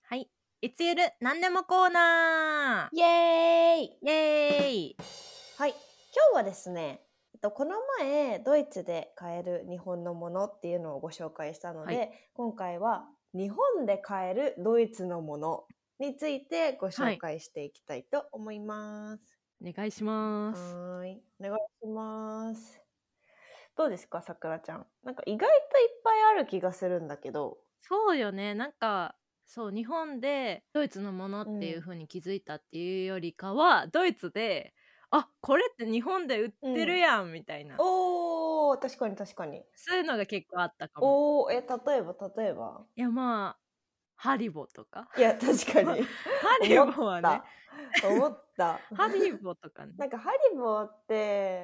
はい。いつゆるなんでもコーナイエーイ。 ーイエーイ。 はい。今日はですね、この前ドイツで買える日本のものっていうのをご紹介したので、 はい。 今回は日本で買えるドイツのものについてご紹はい。 介していきたいと思います。 お願いします。 はーい。お願いします。どうですか、さくらちゃん。なんか意外といっぱいある気がするんだけど。 そうよね。なんか、そう、日本でドイツのものうっていうん。 風に気づいたっていうよりかは、ドイツで、あ、これって日本で売ってるうん。 やんみたいな。 おー、確かに確かに。 そういうのが結構あったかも。 おー、例えば。 いや、まあ、ハリボとか。 いや、確かに。 ハリ思っボはね。 た。思った。 ハリボとかね。 なんかハリボーって、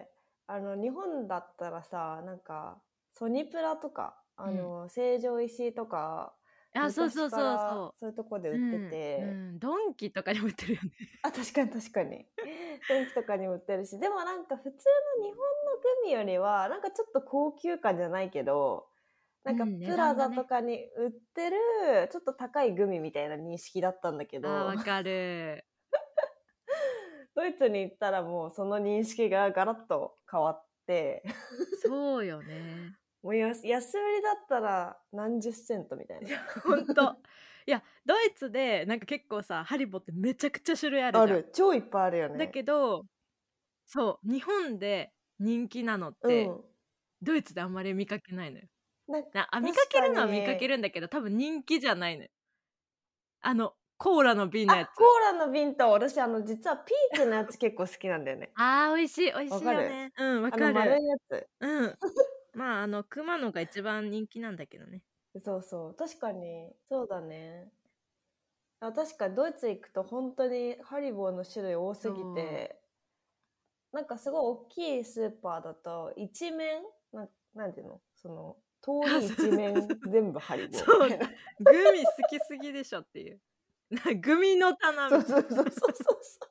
日本だったらさ、なんか、ソニプラとか、 うん。 成城石井とか、 あ、そう昔そうからそうそそういうとこでう。 売ってうて、 ん。ドンキとかにも売ってるよね。 あ、確かに確かに。ドンキとかにも売ってるし、でもなんか普通の日本のグミよりは、なんかちょっと高級感じゃないけど、なんか値プラザと段がね。 かに売ってる、ちょっと高いグミみたいな認識だったんだけああ、 ど、 わかる。 ドイツに行ったらもうその認識がガラッと変わって、 そうよね。 もう安売りだったら何十セントみたいな。 いや、ほんと。いや、ドイツでなんか結構さ、ハリボってめちゃくちゃ種類あるじゃん。 ある。超いっぱいあるよだね。 けど、そう、日本で人気なのって、 うん。 ドイツであんまり見かけないのよ。見かけ確かるのは見かけに。 るんだけど、多分人気じゃないのよ。コーラの瓶のやあ、コつ。 ーラの瓶と、私実はピーチのやつ結構好きなんだよね。 ああ、美味しい、美味しいわかる？ よね。うん、わ丸かる。 いやつ。 うん。まあ、熊野が一番人気なんだけどね。 そうそう。確かに、そうだね。あ、確かにドイツ行くとほんとにハリボーの種類多すぎそう。 て、なんかすごい大きいスーパーだと、一面、なんていうの、通あ、 り一そう。 面全部ハリボーみそう、 たいな。 グミ好きすぎでしょっていう。グミの棚みたいな。 そうそうそうそうそうそう。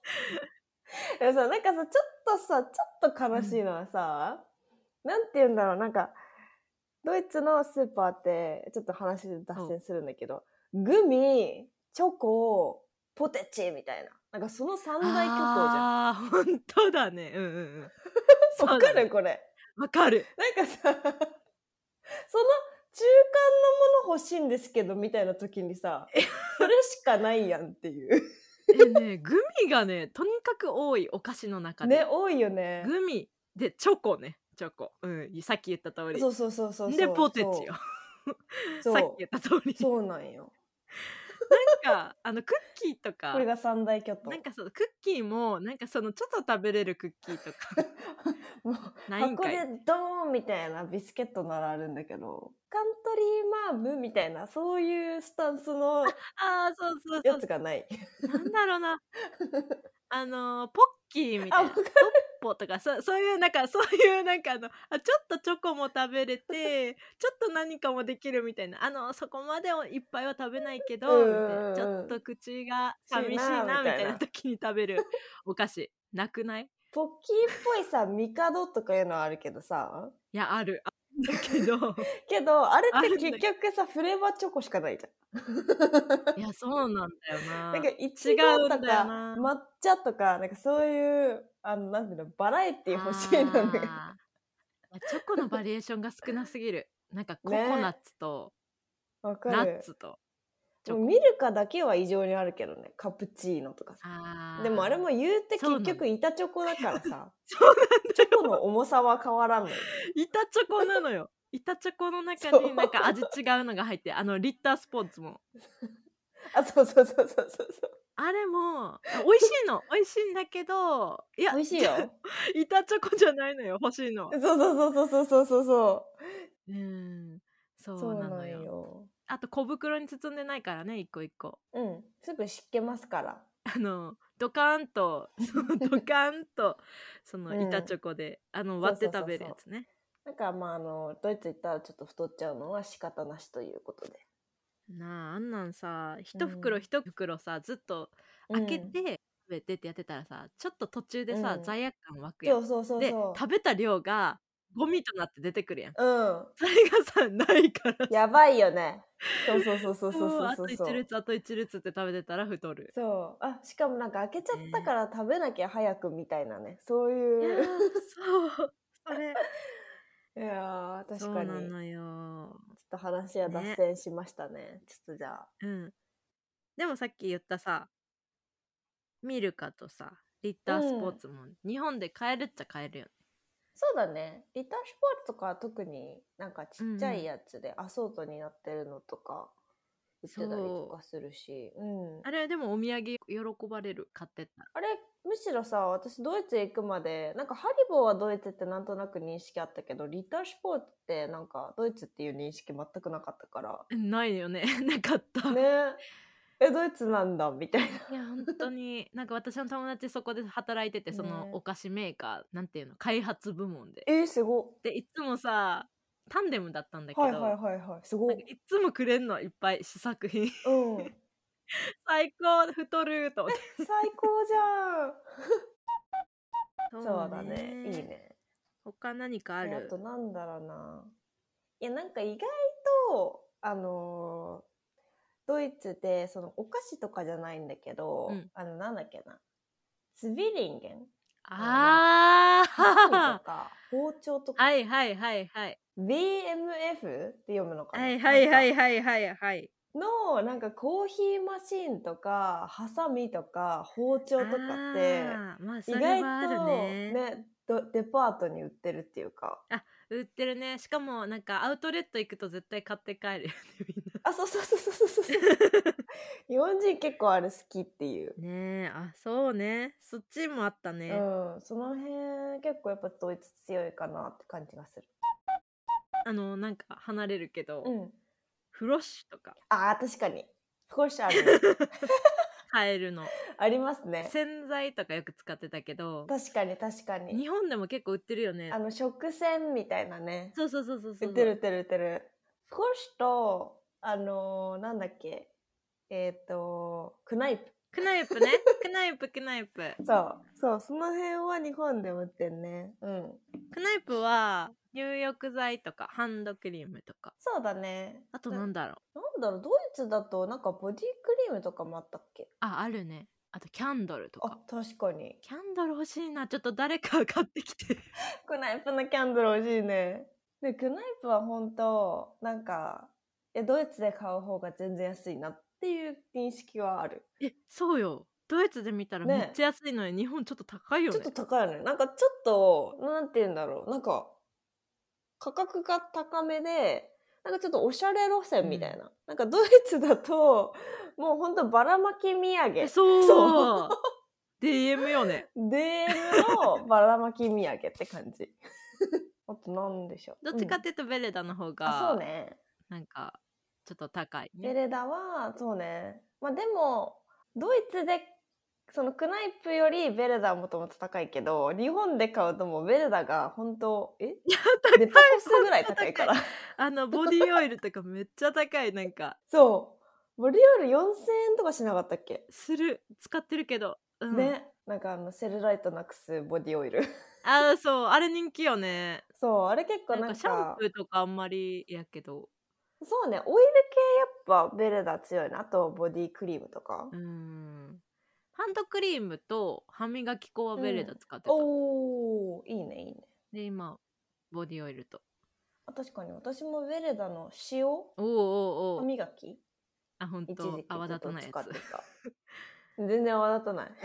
でもさ、なんかさ、ちょっとうん。 悲しいのはさ、なんて言うんだろう、なんか、ドイツのスーパーって、ちょっと話脱そう。 線するんだけど、グミ、チョコ、ポテチみたいな。なんかその三大巨頭じゃん。 ああ、ほんとだね。うんうんうん。 わかそうだね。 るこれ。 わかる。 なんかさ、その中間のもの欲しいんですけど、みたいな時にさ、それしかないやんっていう。 グミがね、とにかく多い、お菓子の中ね、 で。 多いよね。 グミ、で、チョコね、チョコ。うん、さっき言った通り。 そうそうそうそうで、 そう、 ポテチよ。さっき言った通り。 そうなんよ。 なんか、クッキーとか、 これが三大巨頭。 なんかクッキーも、なんかちょっと食べれるクッキーとかもうないんかい。 箱でドーンみたいなビスケットならあるんだけど、カントリーマームみたいな、そういうスタンスのああ、そうそうやそう。 つがない。 なんだろうな、ポッキーみあ、 たいな、トッポとか、そういうなんか、そういうなんかちょっとチョコも食べれて、ちょっと何かもできるみたいな、そこまでいっぱいは食べないけうんど、みたいな、ちょっうんうん。 と口がしいなみ寂しいなみたいな。 たいな時に食べるお菓子、なくない？ ポッキーっぽいさ、ミカドとかいうのはあるけどさ、 いや、ある。あるんだけどけど、あれって結あるんだ局さ、フレーバーチョコしかないじゃん。 いや、そうなんだよなんかな。違いちごうんとかだよな。 抹茶とか、なんかそういう、なんていうの、バラエティ欲しいのね。 ああ、チョコのバリエーションが少なすぎる。なんかココナッね、 ツとわかナッる。 ツとチもうョコ。 ミルカだけは異常にあるけどね、カプチーノとかさ。でもあれああ、 も言うて結そうなの。 局板チョコだからさ、 そうなんチョコだよ。 の重さは変わらんのよ。 板チョコなのよ。板チョコの中そう。 になんか味違うのが入って、リッタースポーツも。 あ、そうそうそうそうそうそう。 あれも、美味しいの。美味しいんだけど、いや、 美味しいよ。 板チョコじゃないのよ、欲しいのは。 そうそうそうそうそうそうそう。 うーん、そうそうなんなのよ。 よ。 あと小袋に包んでないからね、一個一個。 うん、すぐ湿気ますから。 ドカーンと、ドカーンと、板チうん。 ョコで、割そうそうって食べるそうそう。 やつね。 なんかまあドイツ行ったらちょっと太っちゃうのは仕方なしということで。 なあ、あんなんさ、一袋うん。 一袋さ、ずっと開けうん。 て食べてってやってたらさ、ちょっと途中でさ、 うん。 罪悪感湧くやん。 そうそうそうで、 そう。 食べた量がゴミとなって出てくるやん。 うん。 それがさ、ないからさ。 やばいよね。そうそうそうそうそうそう、 そうあと1 そうそう。 列あと1列って食べてたら太る。 そう。あ、しかもなんか開けちゃったかね。 ら食べなきゃ早くみたいなね、そういや、 いう。 そう、それ。 いやー、確かに。 そうなのよ。 ちょっと話は脱ね。 線しましたね。ちょっとじゃあ。 うん。でもさっき言ったさ、ミルカとさ、リッうタースポーん。 ツも日本で買えるっちゃ買えるよね。 そうだね。リタースポーツとかは特になんかちっちゃいうんうん。 やつでアソートになってるのとか売ってたりとそう。 かするし、うん。 あれでもお土産喜ばれる、買ってったら。 あれ、むしろさ、私ドイツ行くまで、なんかハリボーはドイツってなんとなく認識あったけど、リタースポーツってなんかドイツっていう認識全くなかったから。 ないよね。なかった。 ねえ、ドイツなんだ、みたいな。 いや、本当に、なんか私の友達そこで働いてて、そのおね菓子メーカー、なんていうの、開発部門で。 すご。 で、いつもさ、タンデムだったんだけはいはいど、 はいはい、すなんかご。 いつもくれんの、いっぱい試作品。 うん。 最高、太ると思って。 最高じゃん。 そうそうだね。いいね。 ね。 他何かあある？ となんだろうな。いや、なんか意外と、ドイツで、そのお菓子とかじゃないんだけど、 うん。 なんだっけな。ツビリンゲンなんか、 あハサミとあ。 か、包丁とか、 はいはいはいはい。 BMF って読むのかなはいはいはなんか、 いはいはいはい。 なんかコーヒーマシンとか、ハサミとか、包丁とかって、 ああ、まあ、それ意外はあるね。 とね、デパートに売ってるっていうか。 あ、売ってるね。しかもなんかアウトレット行くと絶対買って帰るよね、みんな。 あ、そうそうそうそうそうそう。日本人結構あれ好きっていう。 ねえ、あ、そうね。そっちもあったね。 うん、その辺結構やっぱドイツ強いかなって感じがする。 なんか離れるけど、 うん。 フロッシュとかああ、確かに。少しあるね。 買えるの。 ありますね。 洗剤とかよく使ってたけど、 確かに確かに。 日本でも結構売ってるよね。 食洗みたいなね。 そうそうそうそうそうそう。 売ってる売ってる売ってる。少しと、なんだっけ。クナイプ。 クナイプね。クナイプクナイプ。 そう。そう、その辺は日本でも売ってんね。うん。 クナイプは入浴剤とかハンドクリームとか。 そうだね。 あとなんだろう。 なんだろう、ドイツだとなんかボディクリームとかもあったっけ？ あ、あるね。あとキャンドルとあ、 か。 確かに。 キャンドル欲しいな。ちょっと誰か買ってきて。 クナイプのキャンドル欲しいね。で、クナイプは本当なんか、ドイツで買う方が全然安いなっていう認識はある。 え、そうよ。ドイツで見たらめっね。 ちゃ安いのに日本ちょっと高いよね。 ちょっと高いよね。なんかちょっと、なんて言うんだろう。なんか、価格が高めで、なんかちょっとおしゃれ路線みたいな。なんかドイツだと、もうほんとばらまき土産。 そう。DM よね。 DM のばらまき土産って感じ。あとなんでしょう。 どっちかっていうとベレダの方あ、そうが、 ね。 なんか、ちょっと高いね。 ベレダは、そうね。まあでも、ドイツで、そのクナイプよりベレダはもともと高いけど、日本で買うともうベレダが本当いや、高い。 デパコスぐらい高いから。 ボディオイルとかめっちゃ高い。なんか、 そう。ボディオイル4000円とかしなかったっけ？ する。使ってるけど。うん。 ね。なんかセルライトなくすボディオイル。 あ、そう。あれ人気よね。 そう、あれ結構なんかシャンプーとかあんまりやけど。 そうね、オイル系やっぱベレダ強いな。あとボディクリームとか。 ハンドクリームと歯磨き粉はベレダ使ってた。 おー、いいねいいね。 で、今、ボディオイルと。 あ、確かに私もベレダの塩おうおうお歯う。 磨きあ、ほん一と。 時期泡ずっと立たないやつ。 使ってた。全然泡立たない。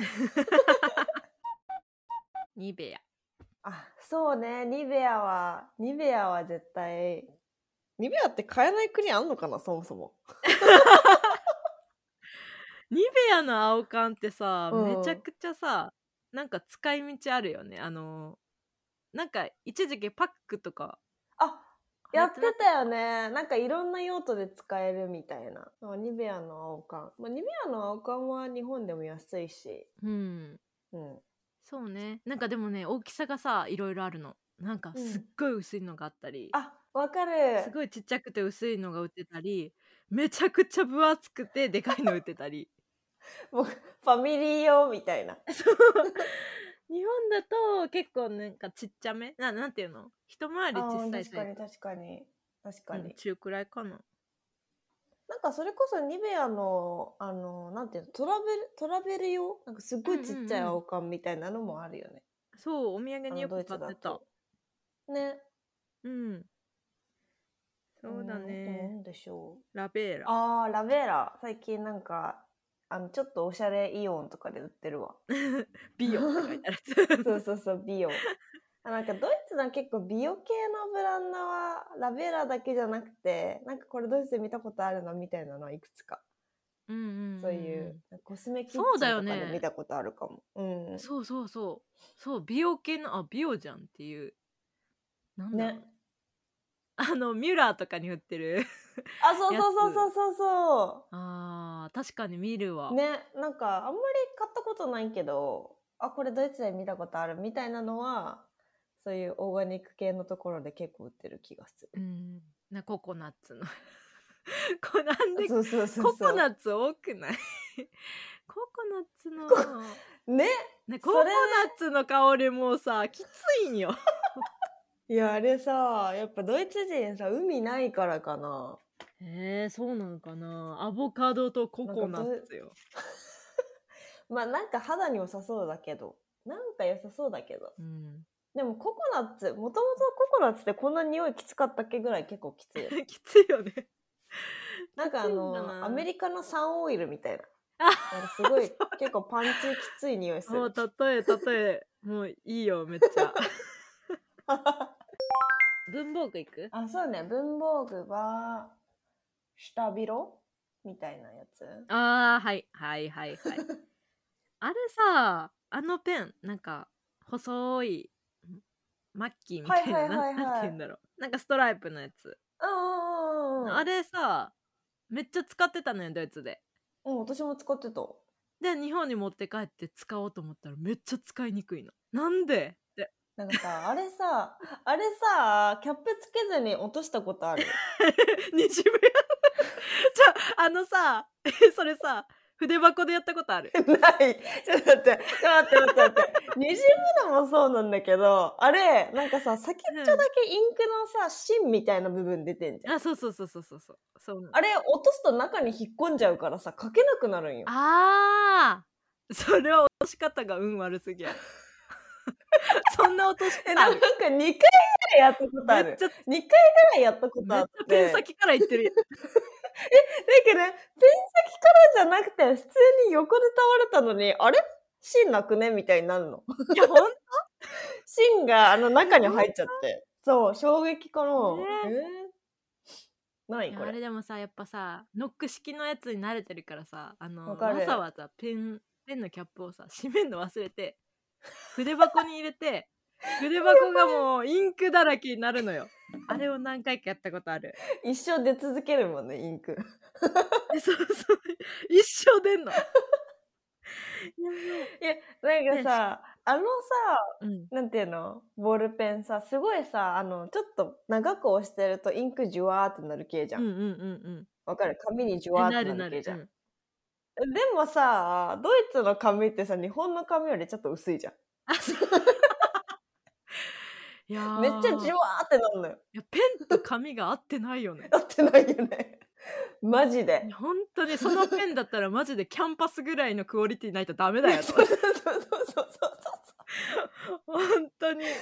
ニベア。 あ、そうね、ニベアは絶対、ニベアって買えない国あんのかな、そもそも。 ニベアの青缶ってさ、 うんめちゃくちゃさ、なんか使い道あるよね。なんか一時期パックとかあ、やって流行ってなかたよね。なんかいろんな用途で使えるみたいな。ニベアの青缶。まあ、ニベアの青缶は日本でも安いし。 うん。 うん。 そうね。なんかでもね、大きさがさ、いろいろあるの。なんかすっごい薄いのがあったり、 あ、わかる。 すごいちっちゃくて薄いのが売ってたり、めちゃくちゃ分厚くてでかいの売ってたり。 もう、ファミリー用みたいな。 そう。 日本だと結構なんかちっちゃめなんていうの、一回り小さい確かにサイズ。 確かに。確かに。 中くらいかな。 なんかそれこそニベアの、なんていうの、トラベル用なんかすっごいちっちゃい青缶みたいなのもあるよね。 そう、お土産によくドイツ買ってた。 だと。ね。 そうだあとなね。 んでしょう。 ラベーラ。 ラベーラ。最近なんか、ちょっとおしゃれイオンとかで売ってるわ。 美容って書いてある。 そうそうそう、美容。なんかドイツの結構美容系のブランドはラベーラだけじゃなくて、なんかこれドイツで見たことあるなみたいなのはいくつか。そういうコスメキッチンとかで見たことあるかも。 そうそうそう。そう、美容系の、美容じゃんっていう。なんだろうね。ミュラーとかに売ってる。 そうそうそうそうそうそう。 確かに見るわ。 ね、なんかあんまり買ったことないけど、これドイツで見たことあるみたいなのは、そういうオーガニック系のところで結構売ってる気がする。 ココナッツの。なんでそうそうそうコそう。 コナッツ多くない？ココナッツのね、 ココナッツの香りもさ、きついんよ。 いや、あれさ、やっぱドイツ人さ、海ないからかな。 そうなのかな。アボカドとココナッツよ。 まあなんか肌に良さそうだけど、なんか良さそうだけど。でもココナッツ、もともとココナッツってこんな匂いきつかったっけぐらい結構きついよ。 きついよね。 なんかアメリカのサンオイルみたいな。なんかすごい結構パンチきつい匂いする。 もう例え、もういいよ、めっちゃ。文房具行く？ そうね、文房具は、下広みたいなやつ。 はいはいはいはい。あれさ、ペン、なんか、細い、マッキーみたいな、なんて言うんだろう。なんかストライプのやつ。あれさ、めっちゃ使ってたのよ、ドイツで。 私も使ってた。 で、日本に持って帰って使おうと思ったらめっちゃ使いにくいの。なんでって。 なんかさ、あれさ、キャップつけずに落としたことある？ にじむや。じゃあ、それさ、筆箱でやったことある？ ない。ちょっと待って。にじむのもそうなんだけど、あれ、なんかさ、先っちょだけインクのさ、芯みたいな部分出てんじゃん。 そう。 あれ、落とすと中に引っ込んじゃうからさ、書けなくなるんよ。 それは落とし方が運悪すぎや。そんな落とし方ある？ なんか2回ぐらいやったことある。2回ぐらいやったことあって。 めっちゃペン先からいってるやん。 だけどね、ペン先からじゃなくて、普通に横で倒れたのに、あれ芯なくねみたいになるの。 いや、ほんと？ 芯が中に入っちゃって。そう、衝撃かな。何これ。 あれでもさ、やっぱさ、ノック式のやつに慣れてるからさ、わるざわざペンのキャップをさ、閉めんの忘れて、筆箱に入れて、筆箱がもうインクだらけになるのよ。あれを何回かやったことある。 一生出続けるもんね、インク。 そう。一生出んの。 いや、なんかさ、なんていうのボールペンさ、すごいさ、ちょっと長く押してるとインクジュワーってなる系じゃん。わかる？紙にジュワーってなる系じゃん。でもさ、ドイツの紙ってさ、日本の紙よりちょっと薄いじゃん。めっちゃジュワーってなるのよ。 いや、ペンと紙が合ってないよね。 合ってないよね。マジで。 本当にそのペンだったらマジでキャンパスぐらいのクオリティないとダメだよと。本当に。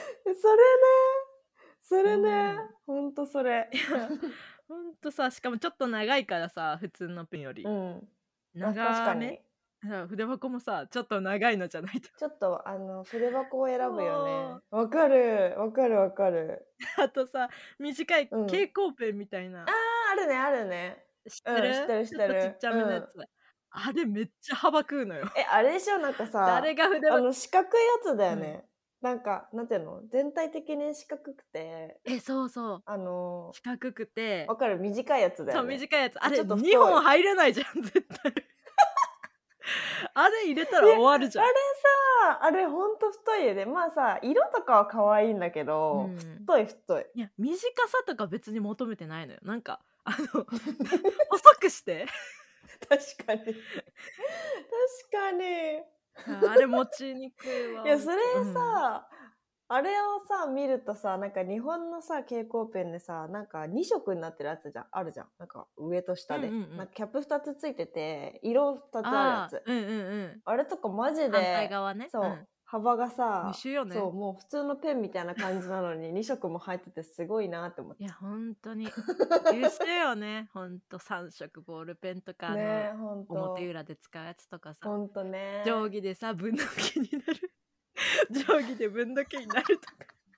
それね、ほんとそれ。 ほんとさ、しかもちょっと長いからさ、普通のペンより。長め？筆箱もさ、ちょっと長いのじゃないと。 ちょっと筆箱を選ぶよね。わかる。 あとさ、短い蛍光ペンみたいな。 あるね。 知ってる？ 知ってる。 ちょっとちっちゃめのやつ。あれめっちゃ幅食うのよ。 あれでしょ、なんかさ、 誰が筆箱四角いやつだよね。なんか、なんていうの？全体的に四角くて。 そう。四角くて。 わかる？短いやつだよね。 そう、短いやつ。あれ2本入れないじゃん、絶対。あれ入れたら終わるじゃん。 あれほんと太いよね。まあさ、色とかは可愛いんだけど、太い。 いや、短さとか別に求めてないのよ。なんか、細くして。 確かに。 あれ持ちにくいわ。 いや、それうんさ、あれをさ、見るとさ、なんか日本のさ、蛍光ペンでさ、なんか2色になってるやつじゃん、あるじゃん。なんか上と下で。なんかキャップ2つついてて、色2つあるやつ。あれとかマジ反対で、 側ね。 そう、幅が優さ、 秀よね。 そう、もう普通のペンみたいな感じなのに2色も入っててすごいなって思って。 いや、本当に優秀よね。本当3色ボールペンとか、 ね、ほん表と。 裏で使うやつとかさ、 ほんとね。 定規でさ、分度器になる。定規で分度器になるとか。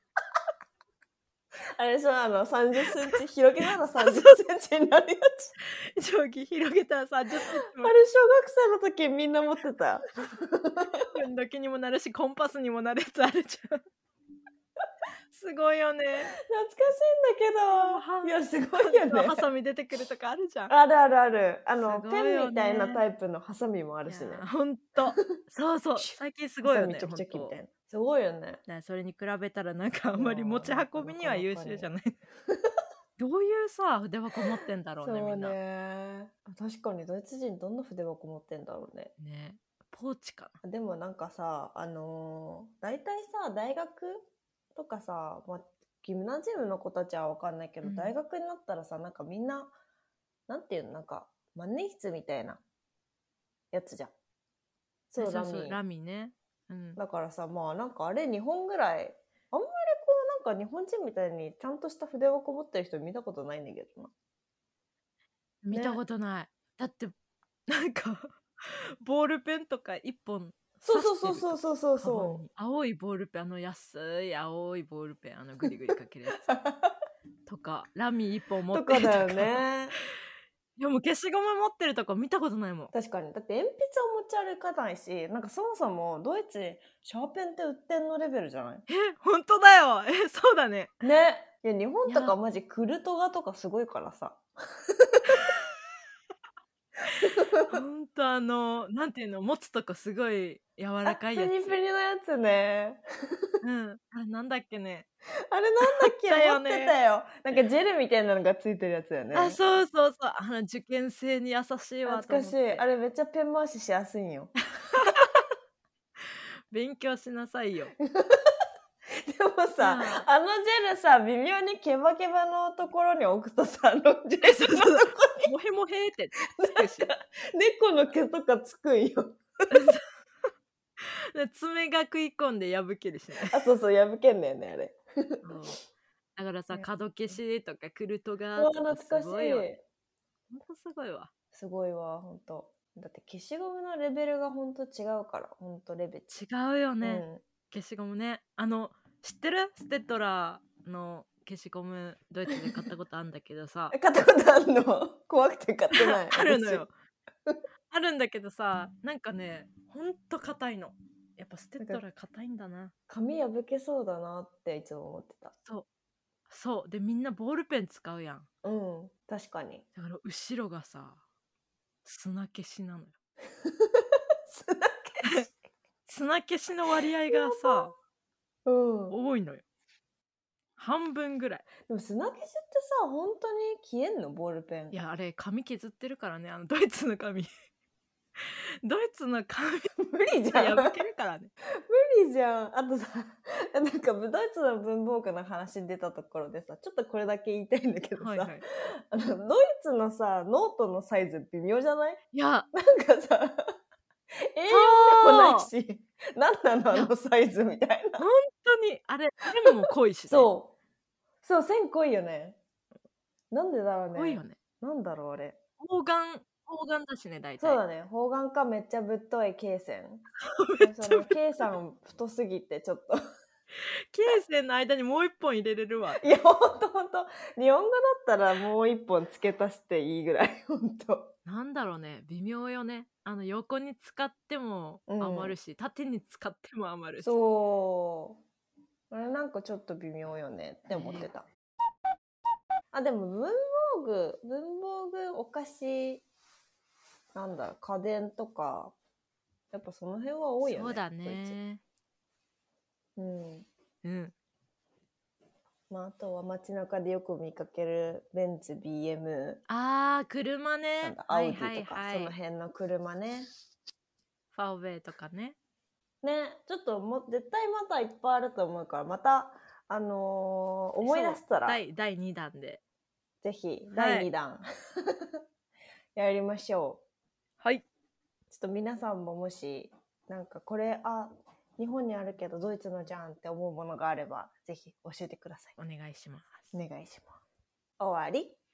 あれでしょ、30センチ、広げたら30センチになるやつ。 定規広げたら30センチも。 あれ、小学生の時みんな持ってた。 分度器にもなるし、コンパスにもなるやつあるじゃん。すごいよね。 懐かしいんだけど。いや、すごいよね。 ハサミ出てくるとかあるじゃん。 あるあるある。 すごいよねペンみたいなタイプのハサミもあるしね。 ほんと。そうそう。最近すごいよね。 ハサミチョキチョキみたいな。すごいよね。 それに比べたらなんかあんまり持ち運びには優秀じゃない。どういうさ、筆箱持ってんだろうね、みんな。 そうね。確かにドイツ人どんな筆箱持ってんだろうね。 ね。ポーチかな。 でもなんかさ、大体さ、大学とかさ、ギムナジウムの子たちはわかんないけど、大学になったらさ、なんかみんな、なんていうの、なんか万年筆みたいなやつじゃん。そう、 ラミね。 だからさ、まあなんかあれ2本ぐらい、あんまりこうなんか日本人みたいにちゃんとした筆箱持ってる人見たことないんだけどな。 見たことない。だってなんかボールペンとか1本そうそう。 青いボールペン、安い青いボールペン、グリグリかけるやつとか、ラミ1本持ってるとか。 だよね。 いやもう消しゴム持ってるとか見たことないもん。 確かに。だって鉛筆を持ち歩かないし、なんかそもそもドイツシャーペンって売ってんのレベルじゃない？ 本当だよ。そうだね。 ね。いや日本とかマジクルトガとかすごいからさ。 ほんとなんていうの、持つとこすごい柔らかいやつ。 プニプニのやつね。 なんだっけね。 あれなんだっけ？持ってたよ。なんかジェルみたいなのがついてるやつよね。 そう。受験生に優しいわと思って。 懐かしい。あれめっちゃペン回ししやすいんよ。 勉強しなさいよ。 でもさ、ジェルさ、微妙にケバケバのところに置くとさ、ジェルのとこにモヘモヘってつくし。 猫の毛とかつくんよ。 爪が食い込んで破けるしね。 そう、破けんだよね、あれ。 だからさ、角消しとかクルトガとかすごいよ。ほんとすごいわ。 すごいわ、ほんと。だって消しゴムのレベルがほんと違うから、ほんとレベル。 違うよね。消しゴムね。知ってる？ステッドラーの消しゴムドイツで買ったことあるんだけどさ。 買ったことあるの？怖くて買ってない。 あるのよ。あるんだけどさ、なんかね、ほんと硬いの。やっぱステッドラー硬いんだな。 紙破けそうだなっていつも思ってた。 そう。で、みんなボールペン使うやん。 確かに。 だから後ろがさ、砂消しなのよ。砂消しの割合がさ、多いのよ。半分ぐらい。 でも砂消しってさ、本当に消えんの？ボールペン。 いや、あれ紙削ってるからね、ドイツの紙。ドイツの紙無理じゃん。 破けるからね。 無理じゃん。あとさ、なんかドイツの文房具の話出たところでさ、ちょっとこれだけ言いたいんだけどさ、ドイツのさ、ノートのサイズ微妙じゃない？ いや、 なんかさ、A4 でもないし、なんなのサイズみたいな。 本当に、あれ、線も濃いしね。 そう、線濃いよね。なんでだろうね。 濃いよね。 なんだろう、あれ。 方眼だしね、大体。 そうだね。方眼かめっちゃぶっとい罫線。その罫線太すぎてちょっと。 罫線の間にもう一本入れれるわ。 いや、ほんと。日本語だったらもう一本付け足していいぐらい、ほんと。 なんだろうね、微妙よね。横に使っても余るし、縦に使っても余るし。 そう。あれなんかちょっと微妙よねって思ってた。でも文房具、お菓子、なんだろう、家電とか、やっぱその辺は多いよね。 そうだね。 あとは街中でよく見かけるベンツ、BM。 車ね。 アウディとか、その辺の車ね。 ファーウェイとかね。 ね、ちょっと絶対またいっぱいあると思うから、また、思い出したら、 第2弾で。 ぜひ、第2弾、やりましょう。 はい。 ちょっと皆さんももし、なんかこれ、日本にあるけどドイツのじゃんって思うものがあれば、ぜひ教えてください。 お願いします。 お願いします。終わり。